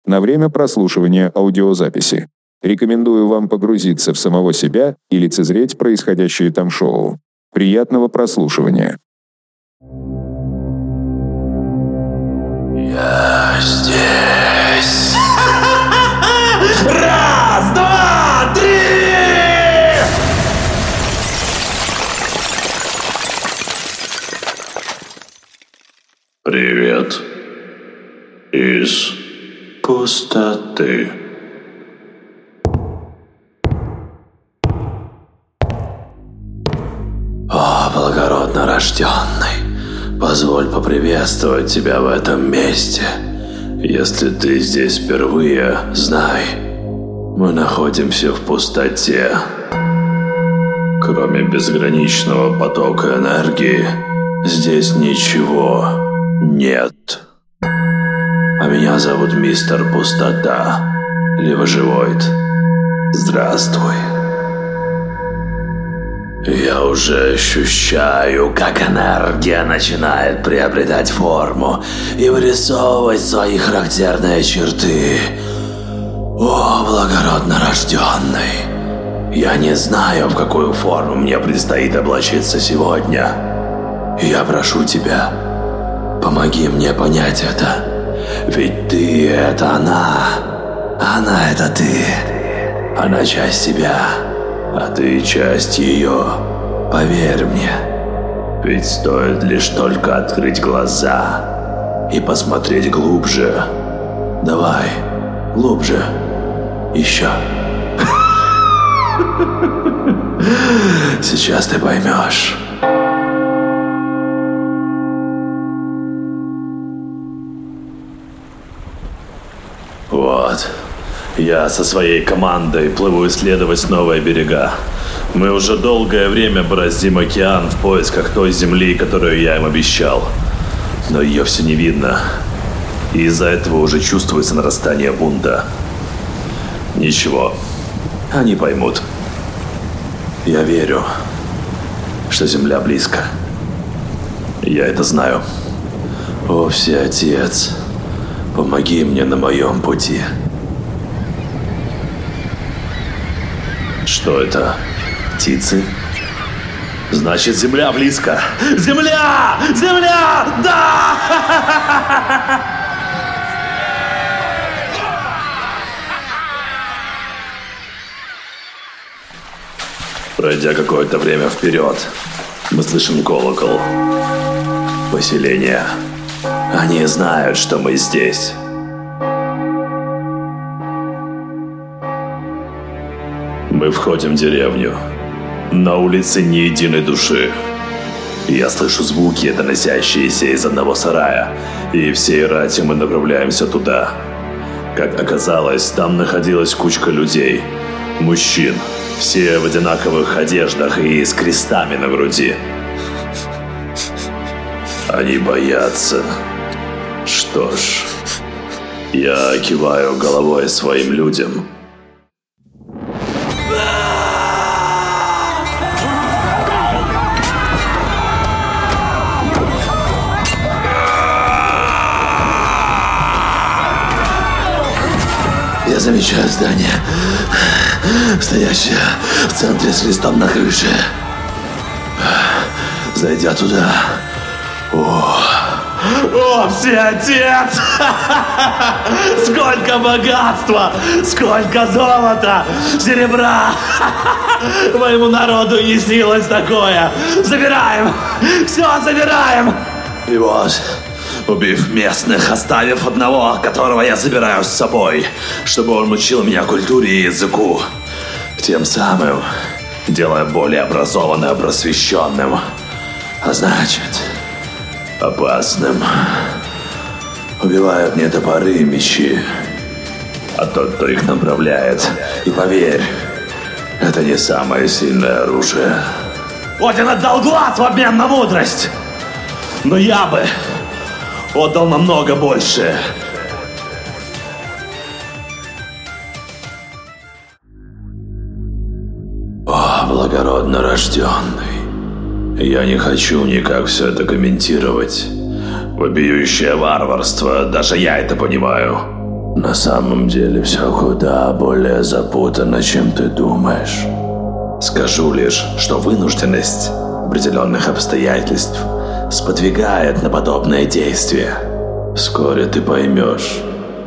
на время прослушивания аудиозаписи. Рекомендую вам погрузиться в самого себя и лицезреть происходящее там шоу. Приятного прослушивания. Я здесь. Раз, два, три! Привет. Из пустоты. О, благородно рожденный, позволь поприветствовать тебя в этом месте. Если ты здесь впервые, знай, мы находимся в пустоте. Кроме безграничного потока энергии, здесь ничего нет. А меня зовут Мистер Пустота, Левоживоид. Здравствуй. Я уже ощущаю, как энергия начинает приобретать форму и вырисовывать свои характерные черты. О, благородно рожденный, я не знаю, в какую форму мне предстоит облачиться сегодня. Я прошу тебя, помоги мне понять это. Ведь ты — это она — это ты. Она часть тебя, а ты часть ее. Поверь мне, ведь стоит лишь только открыть глаза и посмотреть глубже. Давай, глубже. Еще. Сейчас ты поймешь. Вот. Я со своей командой плыву исследовать новые берега. Мы уже долгое время бороздим океан в поисках той земли, которую я им обещал. Но ее все не видно. И из-за этого уже чувствуется нарастание бунта. Ничего. Они поймут. Я верю, что земля близко. Я это знаю. О, Всеотец, помоги мне на моем пути. Что это? Птицы? Значит, земля близко. Земля! Земля! Да! Пройдя какое-то время вперед, мы слышим колокол. Поселение. Они знают, что мы здесь. Мы входим в деревню. На улице ни единой души. Я слышу звуки, доносящиеся из одного сарая, и всей ратью мы направляемся туда. Как оказалось, там находилась кучка людей. Мужчин. Все в одинаковых одеждах и с крестами на груди. Они боятся. Что ж, я киваю головой своим людям. Я замечаю здание, стоящее в центре с листом на крыше. Зайдя туда... О, Всеотец! Сколько богатства! Сколько золота! Серебра! Моему народу не снилось такое! Забираем! Все забираем! И вот... Убив местных, оставив одного, которого я забираю с собой, чтобы он учил меня культуре и языку. Тем самым делая более образованным, просвещенным, а значит, опасным. Убивают не топоры и мечи, а тот, кто их направляет. И поверь, это не самое сильное оружие. Один отдал глаз в обмен на мудрость, но я бы отдал намного больше. О, благородно рожденный, я не хочу никак все это комментировать. Вопиющее варварство, даже я это понимаю. На самом деле все куда более запутанно, чем ты думаешь. Скажу лишь, что вынужденность определенных обстоятельств сподвигает на подобное действие. Вскоре ты поймешь.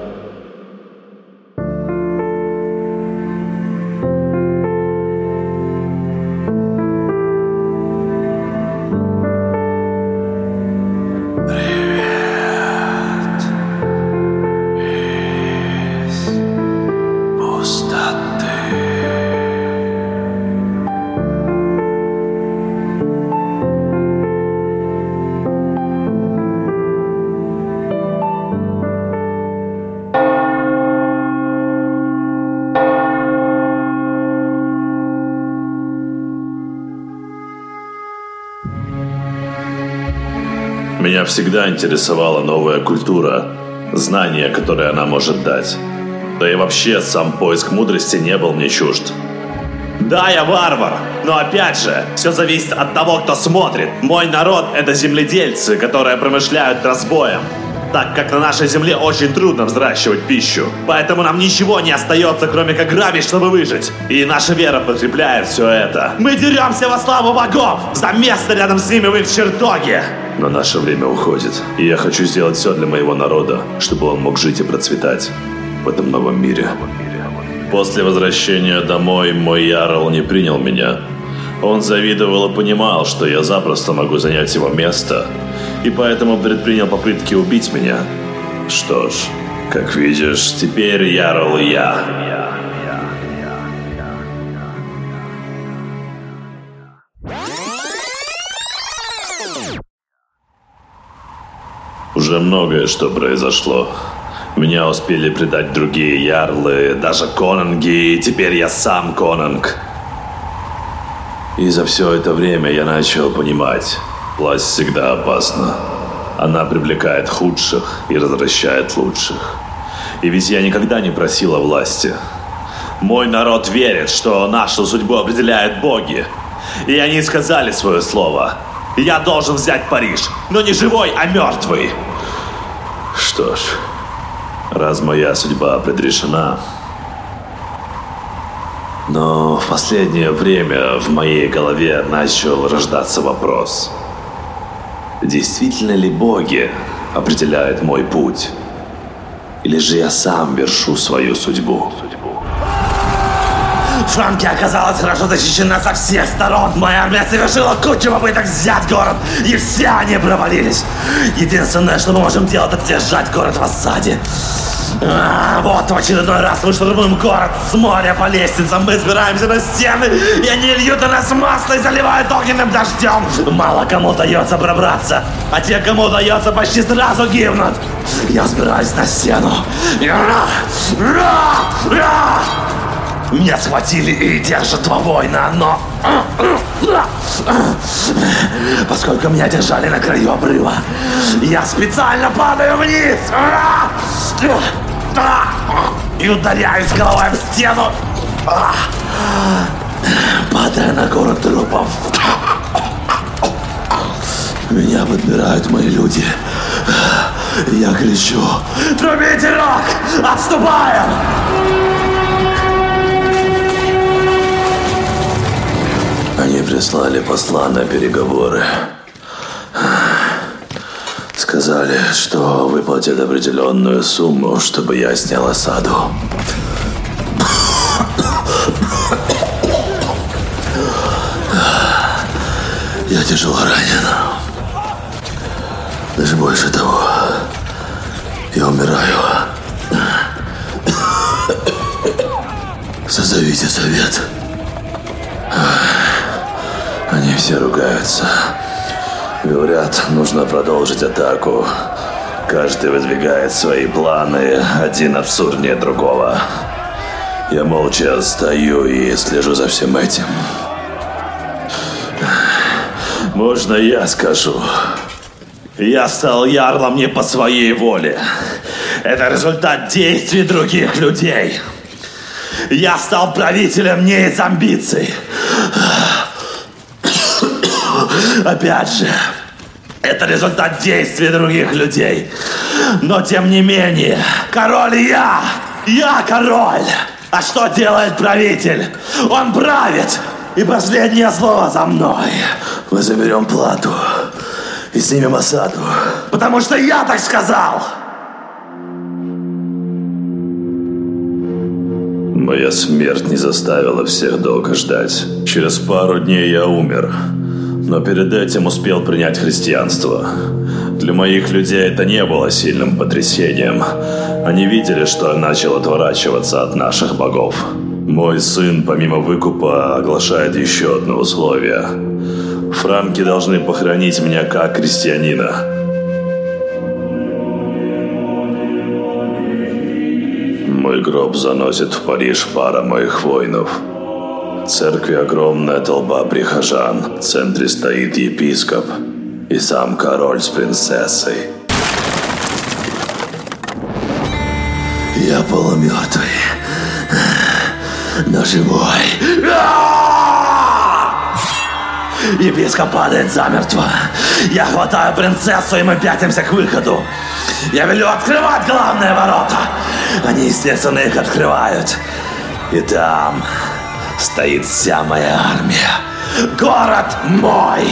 Меня всегда интересовала новая культура, знания, которые она может дать. Да и вообще, сам поиск мудрости не был мне чужд. Да, я варвар, но опять же, все зависит от того, кто смотрит. Мой народ — это земледельцы, которые промышляют разбоем, так как на нашей земле очень трудно взращивать пищу. Поэтому нам ничего не остается, кроме как грабить, чтобы выжить. И наша вера подкрепляет все это. Мы деремся во славу богов за место рядом с ними в их чертоге. Но наше время уходит, и я хочу сделать все для моего народа, чтобы он мог жить и процветать в этом новом мире. После возвращения домой мой ярл не принял меня. Он завидовал и понимал, что я запросто могу занять его место, и поэтому предпринял попытки убить меня. Что ж, как видишь, теперь ярл я. Уже многое что произошло. Меня успели предать другие ярлы, даже конунги, и теперь я сам конунг. И за все это время я начал понимать, власть всегда опасна. Она привлекает худших и развращает лучших. И ведь я никогда не просил о власти. Мой народ верит, что нашу судьбу определяют боги. И они сказали свое слово. Я должен взять Париж, но не живой, а мертвый. Что ж, раз моя судьба предрешена. Но в последнее время в моей голове начал рождаться вопрос. Действительно ли боги определяют мой путь? Или же я сам вершу свою судьбу? Франкия оказалась хорошо защищена со всех сторон. Моя армия совершила кучу попыток взять город, и все они провалились. Единственное, что мы можем делать, это держать город в осаде. Вот в очередной раз мы штурмуем город с моря по лестницам. Мы сбираемся на стены, и они льют на нас масло и заливают огненным дождем. Мало кому удается пробраться, а те, кому удается, почти сразу гибнут. Я взбираюсь на стену. Меня схватили и держат два воина, но... Поскольку меня держали на краю обрыва, я специально падаю вниз и ударяюсь головой в стену, падая на гору трупов. Меня подбирают мои люди. Я кричу: «Трубите рог! Отступаем!» Они прислали посла на переговоры. Сказали, что выплатят определенную сумму, чтобы я снял осаду. Я тяжело ранен. Даже больше того, я умираю. Созовите совет. Они все ругаются. Говорят, нужно продолжить атаку. Каждый выдвигает свои планы, один абсурднее другого. Я молча стою и слежу за всем этим. Можно я скажу? Я стал ярлом не по своей воле. Это результат действий других людей. Я стал правителем не из амбиций. Опять же, это результат действий других людей. Но тем не менее, король я! Я король! А что делает правитель? Он правит! И последнее слово за мной. Мы заберем плату и снимем осаду. Потому что я так сказал! Моя смерть не заставила всех долго ждать. Через пару дней я умер. Но перед этим успел принять христианство. Для моих людей это не было сильным потрясением. Они видели, что я начал отворачиваться от наших богов. Мой сын, помимо выкупа, оглашает еще одно условие. Франки должны похоронить меня как крестьянина. Мой гроб заносит в Париж пара моих воинов. В церкви огромная толпа прихожан. В центре стоит епископ и сам король с принцессой. Я полумертвый, но живой. Епископ падает замертво. Я хватаю принцессу, и мы пятимся к выходу. Я велю открывать главные ворота. Они, естественно, их открывают. И там стоит вся моя армия. Город мой!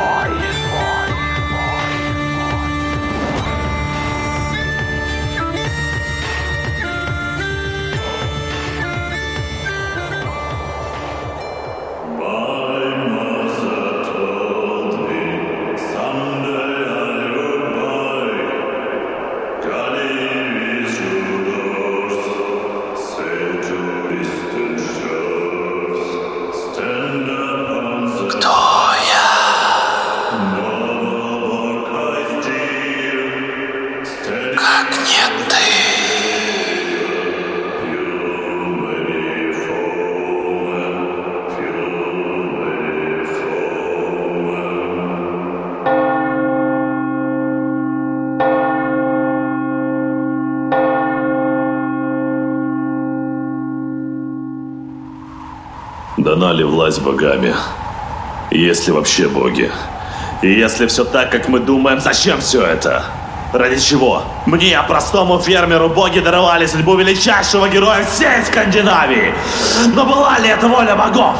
Дана ли власть богами? Если вообще боги. И если все так, как мы думаем, зачем все это? Ради чего? Мне, простому фермеру, боги даровали судьбу величайшего героя всей Скандинавии. Но была ли это воля богов?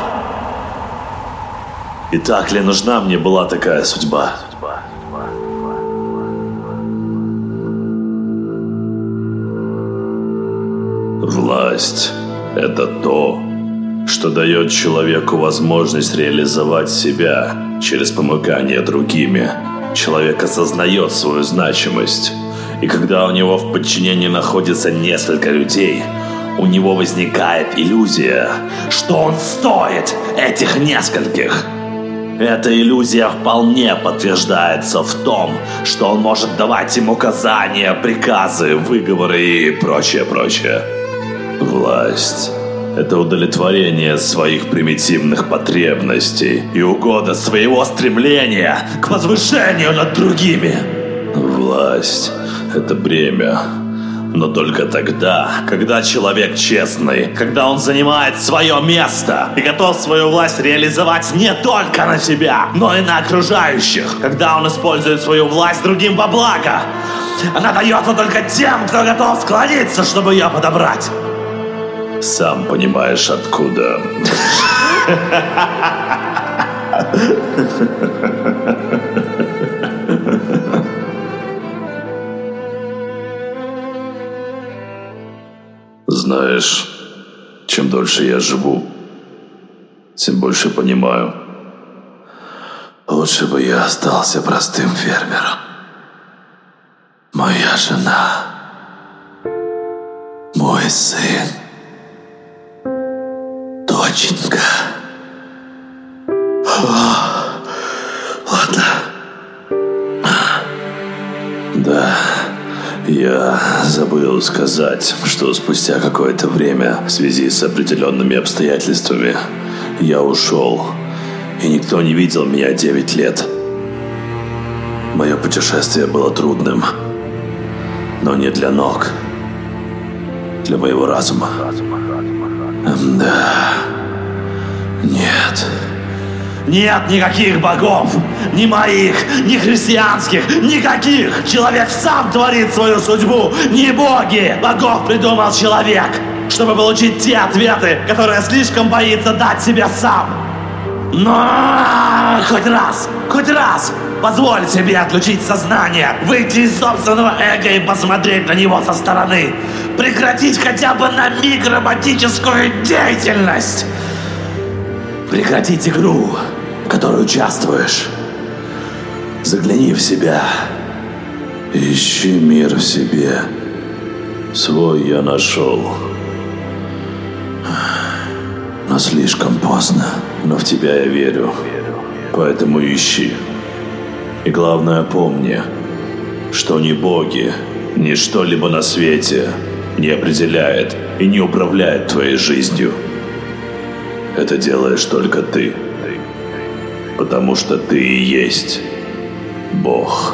И так ли нужна мне была такая судьба? Власть – это то, что дает человеку возможность реализовать себя через помыкание другими. Человек осознает свою значимость. И когда у него в подчинении находится несколько людей, у него возникает иллюзия, что он стоит этих нескольких. Эта иллюзия вполне подтверждается в том, что он может давать им указания, приказы, выговоры и прочее. Власть – это удовлетворение своих примитивных потребностей и угода своего стремления к возвышению над другими. Власть – это бремя, но только тогда, когда человек честный, когда он занимает свое место и готов свою власть реализовать не только на себя, но и на окружающих, когда он использует свою власть другим во благо. Она дается только тем, кто готов склониться, чтобы ее подобрать. Сам понимаешь, откуда. Знаешь, чем дольше я живу, тем больше понимаю. Лучше бы я остался простым фермером. Моя жена, мой сын, доченька. Ладно. Да, я забыл сказать, что спустя какое-то время в связи с определенными обстоятельствами я ушел, и никто не видел меня 9 лет. Мое путешествие было трудным, но не для ног, для моего разума. Да. Нет. Нет никаких богов. Ни моих, ни христианских, никаких. Человек сам творит свою судьбу, не боги. Богов придумал человек, чтобы получить те ответы, которые слишком боится дать себе сам. Но хоть раз позволь себе отключить сознание, выйти из собственного эго и посмотреть на него со стороны. Прекратить хотя бы на миг роботическую деятельность. Прекратить игру, в которой участвуешь. Загляни в себя. Ищи мир в себе. Свой я нашел. Но слишком поздно. Но в тебя я верю. Поэтому ищи. И главное помни, что ни боги, ни что-либо на свете не определяет и не управляет твоей жизнью. Это делаешь только ты. Потому что ты и есть Бог.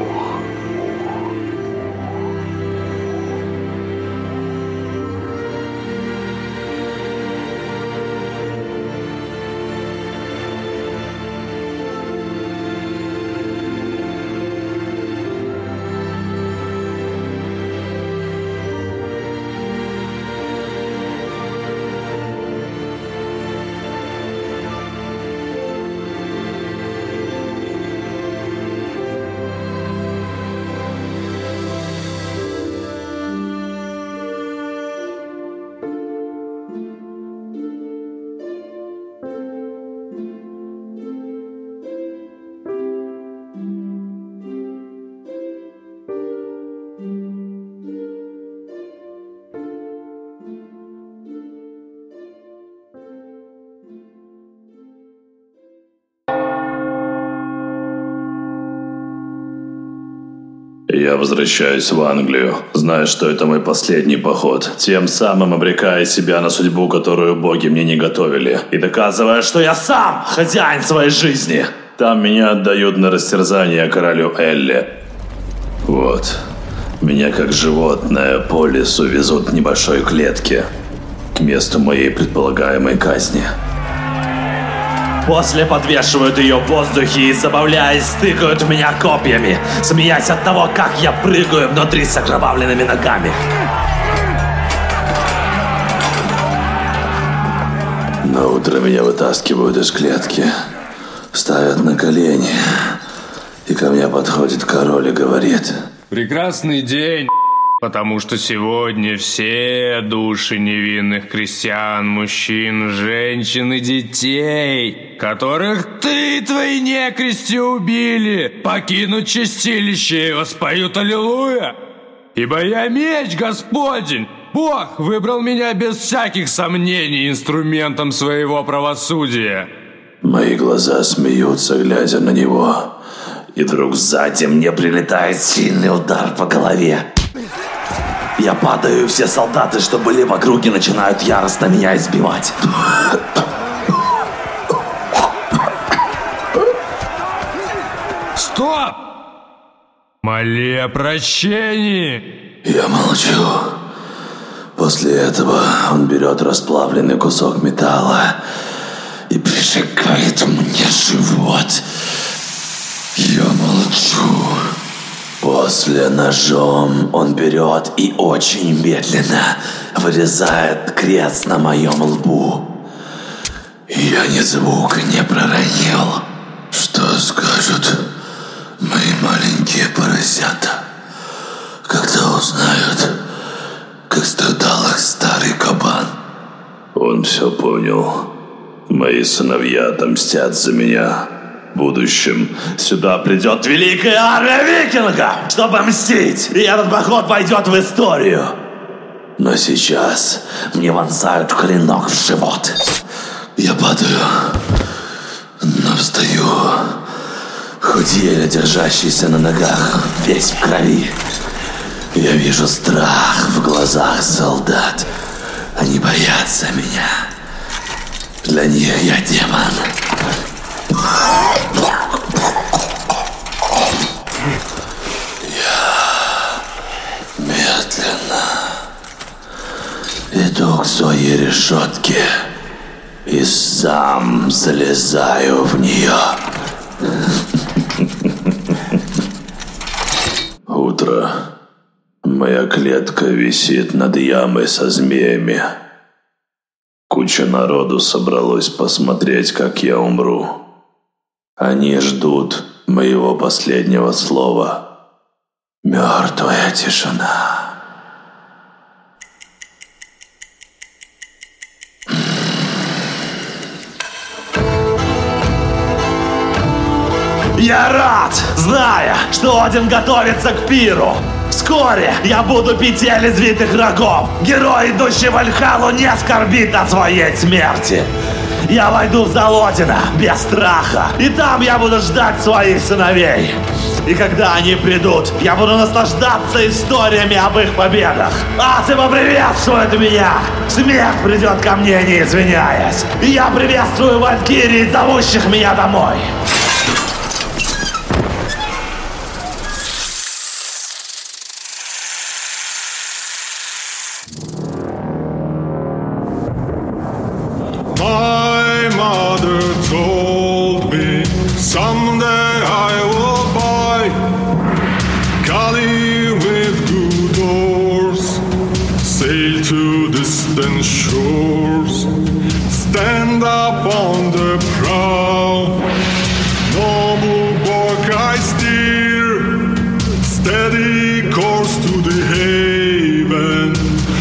Я возвращаюсь в Англию, зная, что это мой последний поход, тем самым обрекая себя на судьбу, которую боги мне не готовили, и доказывая, что я сам хозяин своей жизни. Там меня отдают на растерзание королю Элли. Вот. Меня как животное по лесу везут в небольшой клетке к месту моей предполагаемой казни. После подвешивают ее в воздухе и, забавляясь, стыкают в меня копьями, смеясь от того, как я прыгаю внутри с окровавленными ногами. На утро меня вытаскивают из клетки, ставят на колени, и ко мне подходит король и говорит: прекрасный день, потому что сегодня все души невинных крестьян, мужчин, женщин и детей, которых ты и твои некрести убили, покинут чистилище и воспоют аллилуйя. Ибо я меч Господень, Бог выбрал меня без всяких сомнений инструментом своего правосудия. Мои глаза смеются, глядя на него, и вдруг сзади мне прилетает сильный удар по голове. Я падаю, и все солдаты, что были в округе, начинают яростно меня избивать. Стоп! Моли о прощении! Я молчу. После этого он берет расплавленный кусок металла и прижигает мне живот. Я молчу. После ножом он берет и очень медленно вырезает крест на моем лбу. Я ни звука не проронил. Что скажут мои маленькие поросята, когда узнают, как страдал их старый кабан? Он все понял. Мои сыновья отомстят за меня. В будущем сюда придет великая армия викингов, чтобы мстить, и этот поход войдет в историю. Но сейчас мне вонзают клинок в живот. Я падаю, но встаю, хоть еле держащийся на ногах, весь в крови. Я вижу страх в глазах солдат. Они боятся меня. Для них я демон. Я медленно иду к своей решетке и и сам залезаю в нее. Утро. Моя клетка висит над ямой со змеями. Куча народу собралась посмотреть, как я умру. Они ждут моего последнего слова. Мертвая тишина. Я рад, зная, что Один готовится к пиру. Вскоре я буду петель извитых рогов. Герой, идущий в Вальхаллу, не скорбит о своей смерти. Я войду в зал Одина без страха, и там я буду ждать своих сыновей. И когда они придут, я буду наслаждаться историями об их победах. Асы поприветствуют меня. Смех придет ко мне, не извиняясь. И я приветствую валькирий, зовущих меня домой. My mother told me someday I will buy Kali with good oars, sail to distant shores, stand up on the prow, noble bark I steer, steady course to the haven,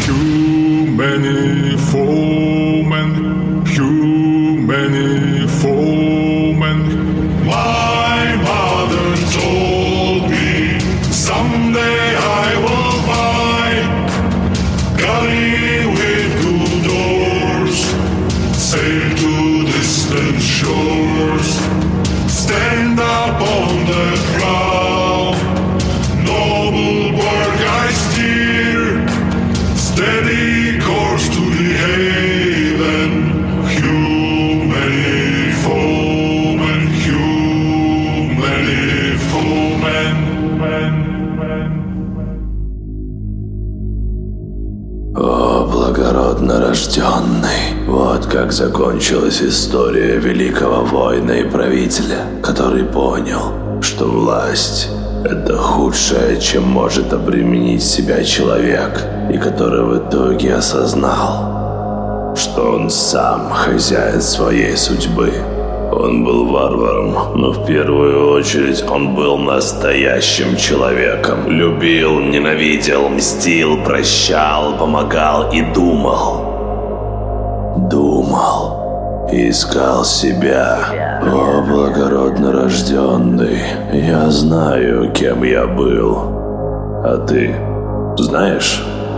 many foemen. Many foemen. My mother told me someday I will buy Galley with good oars, sail to distant shores, stand up on the prow, noble bark I steer, steady course to the haven. О, благородно рожденный, вот как закончилась история великого воина и правителя, который понял, что власть – это худшее, чем может обременить себя человек, и который в итоге осознал, что он сам хозяин своей судьбы. Он был варваром, но в первую очередь он был настоящим человеком. Любил, ненавидел, мстил, прощал, помогал и думал. Думал. Искал себя. О, благородно рожденный, я знаю, кем я был. А ты знаешь?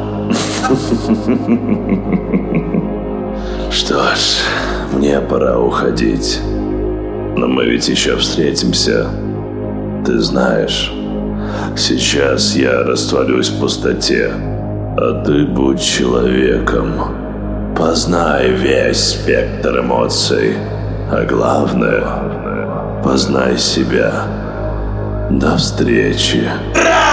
Что ж, мне пора уходить. Но мы ведь еще встретимся. Ты знаешь, сейчас я растворюсь в пустоте, а ты будь человеком. Познай весь спектр эмоций, а главное, познай себя. До встречи.